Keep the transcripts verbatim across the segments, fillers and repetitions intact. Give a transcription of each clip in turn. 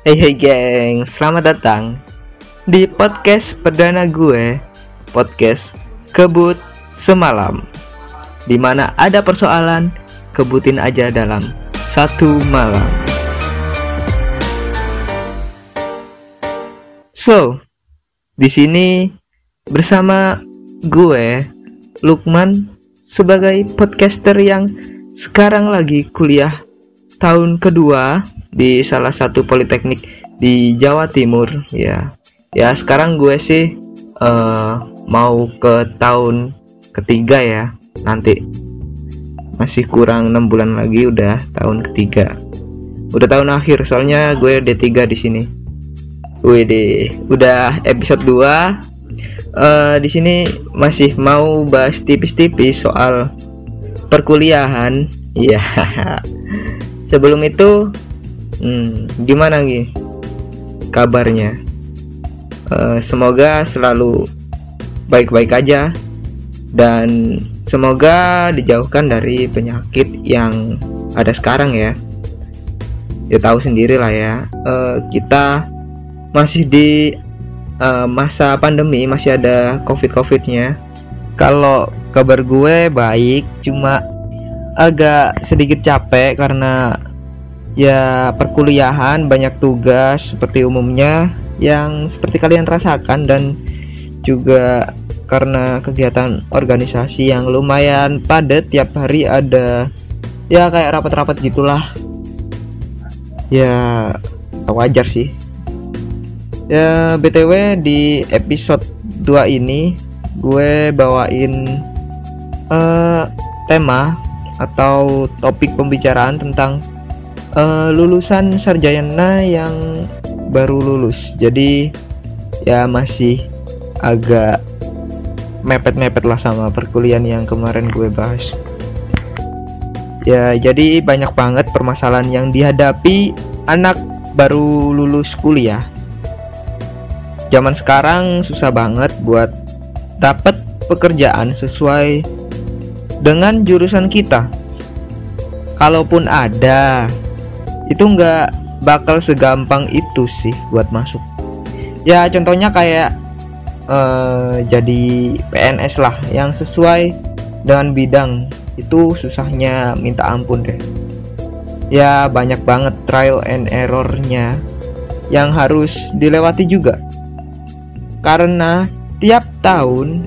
Hey hey geng, selamat datang di podcast perdana gue, podcast Kebut Semalam, dimana ada persoalan, kebutin aja dalam satu malam. So, di sini bersama gue, Lukman, sebagai podcaster yang sekarang lagi kuliah tahun kedua di salah satu politeknik di Jawa Timur. Ya, ya sekarang gue sih uh, mau ke tahun ketiga ya. Nanti masih kurang enam bulan lagi udah tahun ketiga. Udah tahun akhir soalnya gue D tiga di sini. Wih, udah episode dua. Uh, di sini masih mau bahas tipis-tipis soal perkuliahan. Iya. Sebelum itu Hmm, gimana nih kabarnya? Uh, semoga selalu baik-baik aja dan semoga dijauhkan dari penyakit yang ada sekarang ya. Ya tahu sendiri lah ya. Uh, kita masih di uh, masa pandemi, masih ada covid-covidnya. Kalau kabar gue baik, cuma agak sedikit capek karena ya perkuliahan, banyak tugas seperti umumnya yang seperti kalian rasakan, dan juga karena kegiatan organisasi yang lumayan padat, tiap hari ada ya kayak rapat-rapat gitulah. Ya wajar sih. Ya B T W di episode dua ini gue bawain uh, tema atau topik pembicaraan tentang Uh, lulusan sarjana yang baru lulus. Jadi ya masih agak mepet-mepet lah sama perkuliahan yang kemarin gue bahas. Ya jadi banyak banget permasalahan yang dihadapi anak baru lulus kuliah. Zaman sekarang susah banget buat dapet pekerjaan sesuai dengan jurusan kita. Kalaupun ada, itu nggak bakal segampang itu sih buat masuk. Ya contohnya kayak uh, jadi P N S lah yang sesuai dengan bidang, itu susahnya minta ampun deh. Ya banyak banget trial and errornya yang harus dilewati juga, karena tiap tahun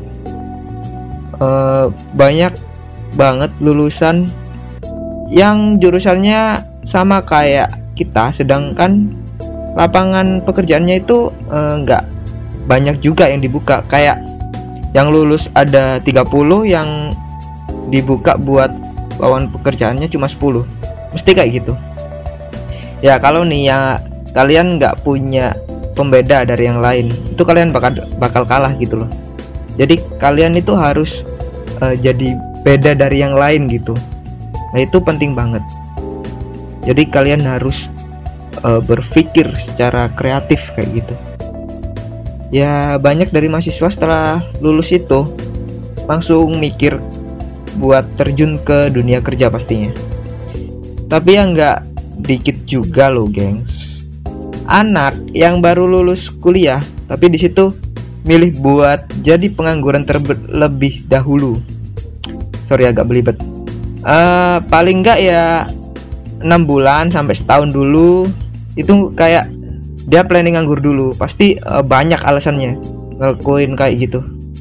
uh, banyak banget lulusan yang jurusannya sama kayak kita, sedangkan lapangan pekerjaannya itu enggak eh, banyak juga yang dibuka. Kayak yang lulus ada tiga puluh, yang dibuka buat lawan pekerjaannya cuma sepuluh. Mesti kayak gitu. Ya kalau nih ya kalian enggak punya pembeda dari yang lain, itu kalian bakal bakal kalah gitu loh. Jadi kalian itu harus eh, jadi beda dari yang lain gitu. Nah itu penting banget. Jadi kalian harus uh, berpikir secara kreatif kayak gitu. Ya banyak dari mahasiswa setelah lulus itu langsung mikir buat terjun ke dunia kerja pastinya. Tapi ya nggak dikit juga loh gengs, anak yang baru lulus kuliah tapi di situ milih buat jadi pengangguran terlebih dahulu. Sorry agak belibet. Uh, paling nggak ya enam bulan sampai setahun dulu, itu kayak dia planning nganggur dulu. Pasti uh, banyak alasannya ngelakuin kayak gitu.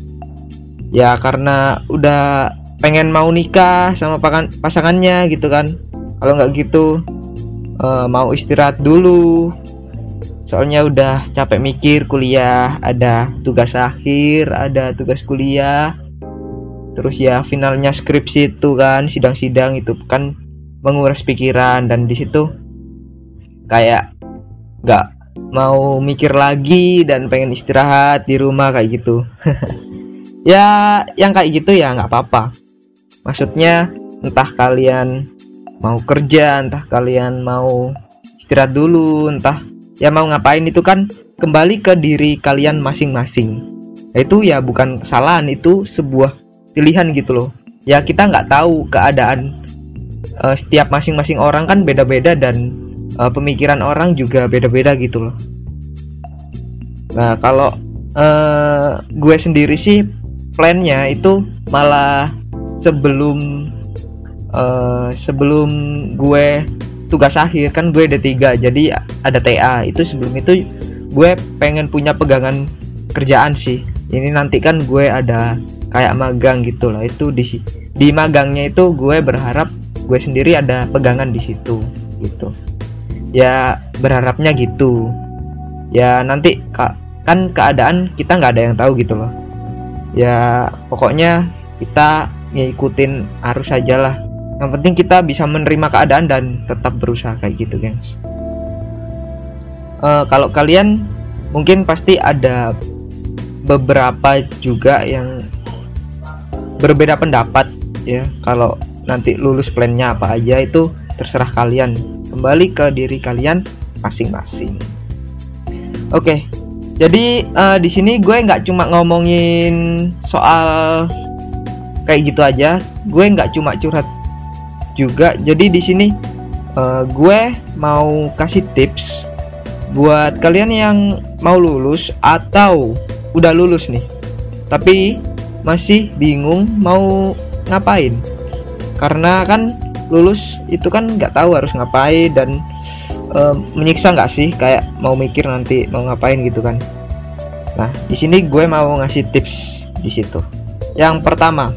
Ya karena udah pengen mau nikah sama pasangannya gitu kan. Kalau nggak gitu uh, mau istirahat dulu, soalnya udah capek mikir kuliah, ada tugas akhir, ada tugas kuliah, terus ya finalnya skripsi itu kan, sidang-sidang itu kan menguras pikiran, dan di situ kayak nggak mau mikir lagi dan pengen istirahat di rumah kayak gitu. Ya yang kayak gitu ya nggak apa-apa. Maksudnya entah kalian mau kerja, entah kalian mau istirahat dulu, entah ya mau ngapain, itu kan kembali ke diri kalian masing-masing. Nah, itu ya bukan kesalahan, itu sebuah pilihan gitu loh. Ya kita nggak tahu keadaan uh, setiap masing-masing orang kan beda-beda, dan uh, pemikiran orang juga beda-beda gitu loh. Nah kalau uh, gue sendiri sih plannya itu malah sebelum uh, sebelum gue tugas akhir, kan gue D tiga jadi ada T A, itu sebelum itu gue pengen punya pegangan kerjaan sih. Ini nanti kan gue ada kayak magang gitu lah, itu di di magangnya itu gue berharap gue sendiri ada pegangan di situ gitu ya, berharapnya gitu ya. Nanti kak kan keadaan kita nggak ada yang tahu gitu loh ya, pokoknya kita ngikutin arus aja lah. Yang penting kita bisa menerima keadaan dan tetap berusaha kayak gitu guys. Uh, kalau kalian mungkin pasti ada beberapa juga yang berbeda pendapat ya. Kalau nanti lulus plannya apa aja itu terserah kalian, kembali ke diri kalian masing-masing. Oke, jadi uh, di sini gue nggak cuma ngomongin soal kayak gitu aja, gue nggak cuma curhat juga. Jadi di sini uh, gue mau kasih tips buat kalian yang mau lulus atau udah lulus nih tapi masih bingung mau ngapain. Karena kan lulus itu kan nggak tahu harus ngapain dan e, menyiksa nggak sih, kayak mau mikir nanti mau ngapain gitu kan. Nah di sini gue mau ngasih tips di situ. Yang pertama,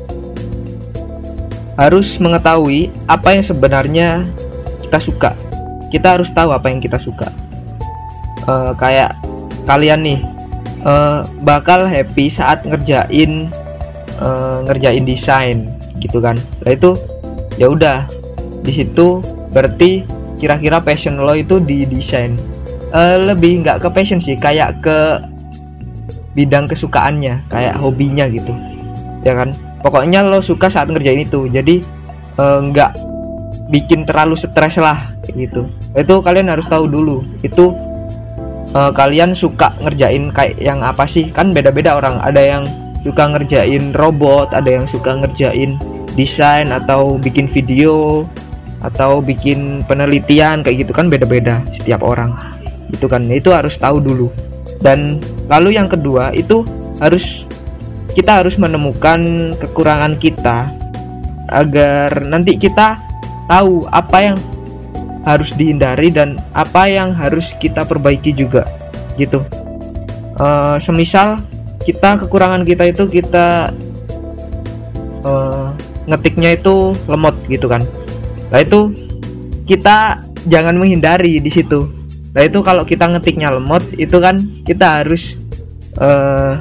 harus mengetahui apa yang sebenarnya kita suka. Kita harus tahu apa yang kita suka. E, kayak kalian nih e, bakal happy saat ngerjain e, ngerjain desain gitu kan. Nah itu ya udah, di situ berarti kira-kira passion lo itu di desain. E, lebih nggak ke passion sih, kayak ke bidang kesukaannya, kayak hobinya gitu ya kan. Pokoknya lo suka saat ngerjain itu, jadi e, nggak bikin terlalu stres lah gitu. Itu kalian harus tahu dulu itu e, kalian suka ngerjain kayak yang apa sih. Kan beda-beda orang, ada yang suka ngerjain robot, ada yang suka ngerjain desain atau bikin video atau bikin penelitian kayak gitu kan, beda-beda setiap orang itu kan. Itu harus tahu dulu. Dan lalu yang kedua itu harus kita harus menemukan kekurangan kita agar nanti kita tahu apa yang harus dihindari dan apa yang harus kita perbaiki juga gitu. Uh, semisal kita kekurangan kita itu kita uh, ngetiknya itu lemot gitu kan. Nah itu kita jangan menghindari di situ. Nah itu kalau kita ngetiknya lemot itu kan kita harus uh,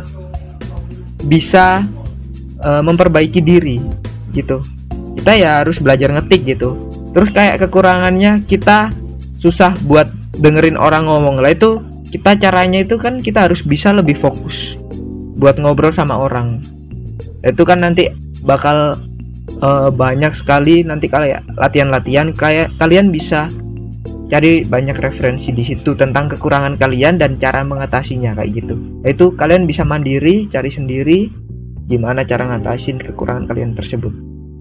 bisa uh, memperbaiki diri gitu. Kita ya harus belajar ngetik gitu. Terus kayak kekurangannya kita susah buat dengerin orang ngomong. Lah itu kita caranya itu kan kita harus bisa lebih fokus buat ngobrol sama orang. Itu kan nanti bakal uh, banyak sekali nanti kayak latihan-latihan, kayak kalian bisa cari banyak referensi di situ tentang kekurangan kalian dan cara mengatasinya kayak gitu. Itu kalian bisa mandiri, cari sendiri gimana cara ngatasin kekurangan kalian tersebut.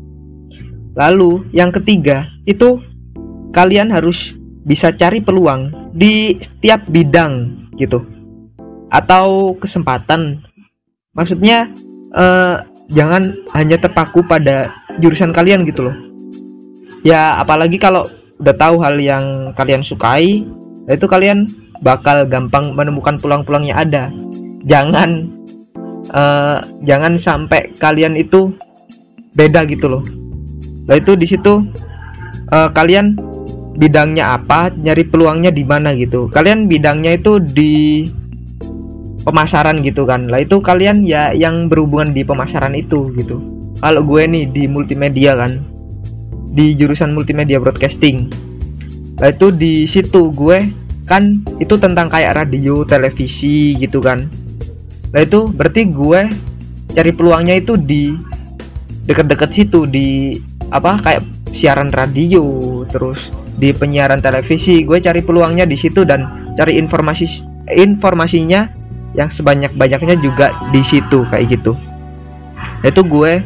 Lalu yang ketiga itu kalian harus bisa cari peluang di setiap bidang gitu atau kesempatan. Maksudnya eh, jangan hanya terpaku pada jurusan kalian gitu loh. Ya apalagi kalau udah tahu hal yang kalian sukai, itu kalian bakal gampang menemukan peluang-peluang yang ada. Jangan uh, jangan sampai kalian itu beda gitu loh. Nah itu di situ uh, kalian bidangnya apa, nyari peluangnya di mana gitu. Kalian bidangnya itu di pemasaran gitu kan. Lah itu kalian ya yang berhubungan di pemasaran itu gitu. Kalau gue nih di multimedia kan, di jurusan multimedia broadcasting. Nah itu di situ gue kan itu tentang kayak radio, televisi gitu kan. Nah itu berarti gue cari peluangnya itu di deket-deket situ, di apa kayak siaran radio, terus di penyiaran televisi. Gue cari peluangnya di situ dan cari informasi informasinya yang sebanyak-banyaknya juga di situ kayak gitu. Nah itu gue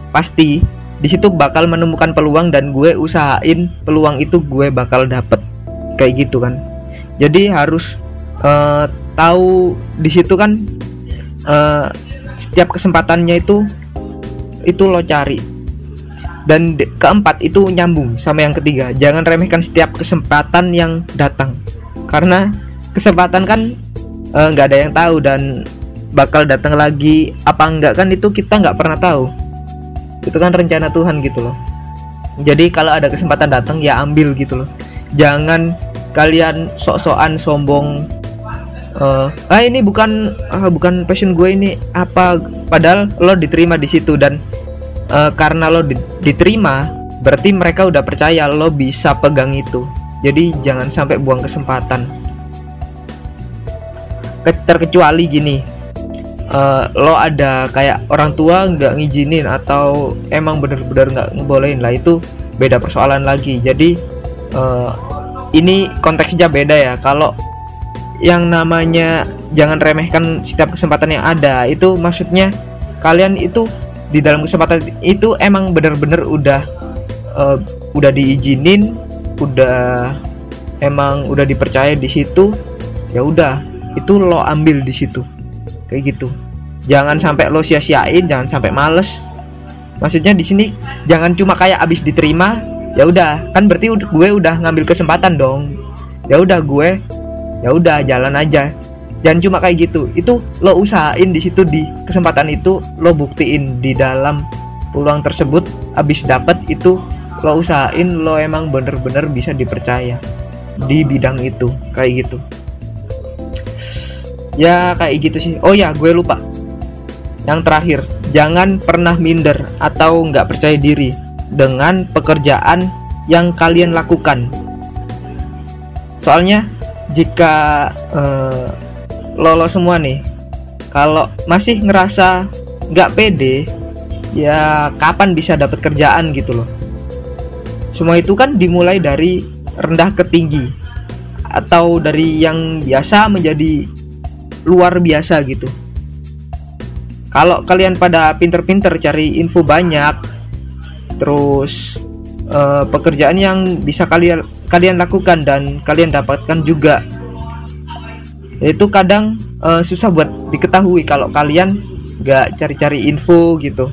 pasti di situ bakal menemukan peluang dan gue usahain peluang itu gue bakal dapet kayak gitu kan. Jadi harus uh, tahu di situ kan, uh, setiap kesempatannya itu itu lo cari. Dan de- keempat itu nyambung sama yang ketiga, jangan remehkan setiap kesempatan yang datang, karena kesempatan kan nggak uh, ada yang tahu dan bakal datang lagi apa enggak kan, itu kita nggak pernah tahu. Itu kan rencana Tuhan gitu loh. Jadi kalau ada kesempatan datang ya ambil gitu loh. Jangan kalian sok-sokan sombong, uh, ah ini bukan ah, bukan passion gue ini apa, padahal lo diterima di situ. Dan Uh, karena lo di, diterima, berarti mereka udah percaya lo bisa pegang itu. Jadi jangan sampai buang kesempatan. Ke- terkecuali gini, uh, lo ada kayak orang tua nggak ngizinin atau emang bener-bener nggak ngebolehin, lah itu beda persoalan lagi. Jadi uh, ini konteksnya beda ya. Kalau yang namanya jangan remehkan setiap kesempatan yang ada, itu maksudnya kalian itu di dalam kesempatan itu emang bener-bener udah uh, udah diizinin, udah emang udah dipercaya di situ, ya udah itu lo ambil di situ kayak gitu. Jangan sampai lo sia-siain, jangan sampai males. Maksudnya di sini jangan cuma kayak abis diterima ya udah, kan berarti gue udah ngambil kesempatan dong, ya udah gue ya udah jalan aja. Jangan cuma kayak gitu. Itu lo usahain di situ, di kesempatan itu lo buktiin di dalam peluang tersebut. Abis dapet itu lo usahain lo emang bener-bener bisa dipercaya di bidang itu, kayak gitu. Ya kayak gitu sih. Oh ya, gue lupa. Yang terakhir, jangan pernah minder atau nggak percaya diri dengan pekerjaan yang kalian lakukan. Soalnya jika eh, lo semua nih, kalau masih ngerasa nggak pede, ya kapan bisa dapat kerjaan gitu loh. Semua itu kan dimulai dari rendah ke tinggi, atau dari yang biasa menjadi luar biasa gitu. Kalau kalian pada pinter-pinter cari info banyak, terus uh, pekerjaan yang bisa kalian kalian lakukan dan kalian dapatkan juga, itu kadang uh, susah buat diketahui kalau kalian nggak cari-cari info gitu.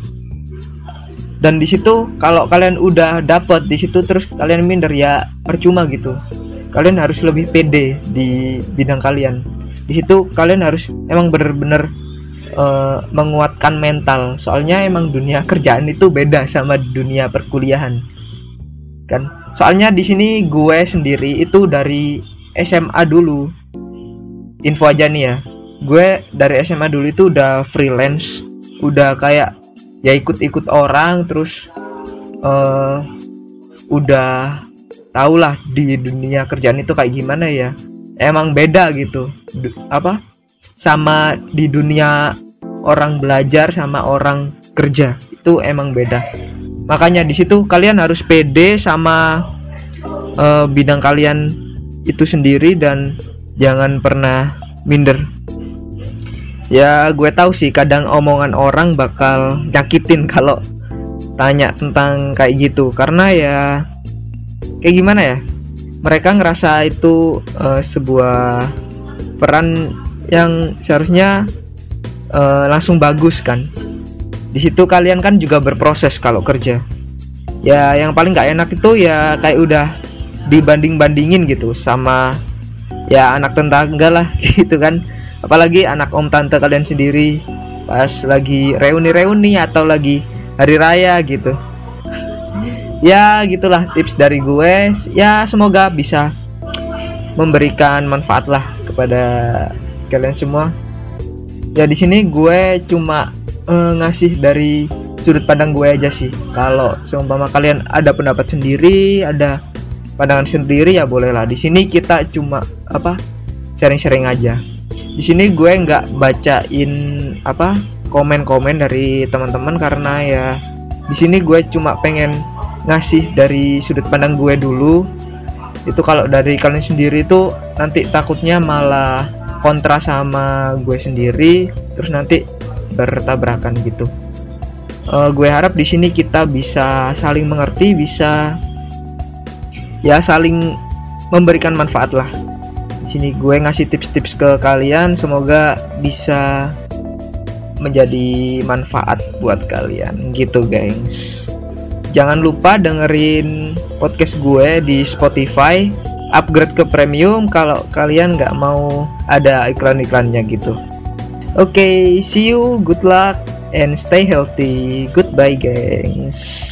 Dan di situ kalau kalian udah dapet di situ terus kalian minder, ya percuma gitu. Kalian harus lebih pede di bidang kalian. Di situ kalian harus emang bener-bener uh, menguatkan mental. Soalnya emang dunia kerjaan itu beda sama dunia perkuliahan kan. Soalnya di sini gue sendiri itu dari S M A dulu. Info aja nih ya, gue dari S M A dulu itu udah freelance, udah kayak ya ikut-ikut orang, terus uh, udah tau lah di dunia kerjaan itu kayak gimana ya. Emang beda gitu, D- apa sama di dunia orang belajar sama orang kerja itu emang beda. Makanya di situ kalian harus pede sama uh, bidang kalian itu sendiri dan jangan pernah minder. Ya gue tahu sih kadang omongan orang bakal nyakitin kalau tanya tentang kayak gitu, karena ya kayak gimana ya, mereka ngerasa itu uh, sebuah peran yang seharusnya uh, langsung bagus kan. Di situ kalian kan juga berproses kalau kerja. Ya yang paling gak enak itu ya kayak udah dibanding-bandingin gitu sama ya anak tetangga lah gitu kan. Apalagi anak om tante kalian sendiri pas lagi reuni-reuni atau lagi hari raya gitu. Ya gitulah tips dari gue. Ya semoga bisa memberikan manfaat lah kepada kalian semua. Ya di sini gue cuma uh, ngasih dari sudut pandang gue aja sih. Kalau seumpama kalian ada pendapat sendiri, ada pandangan sendiri, ya bolehlah. Di sini kita cuma apa sharing-sharing aja. Di sini gue nggak bacain apa komen-komen dari teman-teman, karena ya di sini gue cuma pengen ngasih dari sudut pandang gue dulu. Itu kalau dari kalian sendiri tuh nanti takutnya malah kontra sama gue sendiri, terus nanti bertabrakan gitu. Uh, gue harap di sini kita bisa saling mengerti, bisa ya saling memberikan manfaat lah. Di sini gue ngasih tips-tips ke kalian, semoga bisa menjadi manfaat buat kalian gitu guys. Jangan lupa dengerin podcast gue di Spotify, upgrade ke premium kalau kalian nggak mau ada iklan-iklannya gitu. Oke, okay, see you, good luck and stay healthy. Goodbye guys.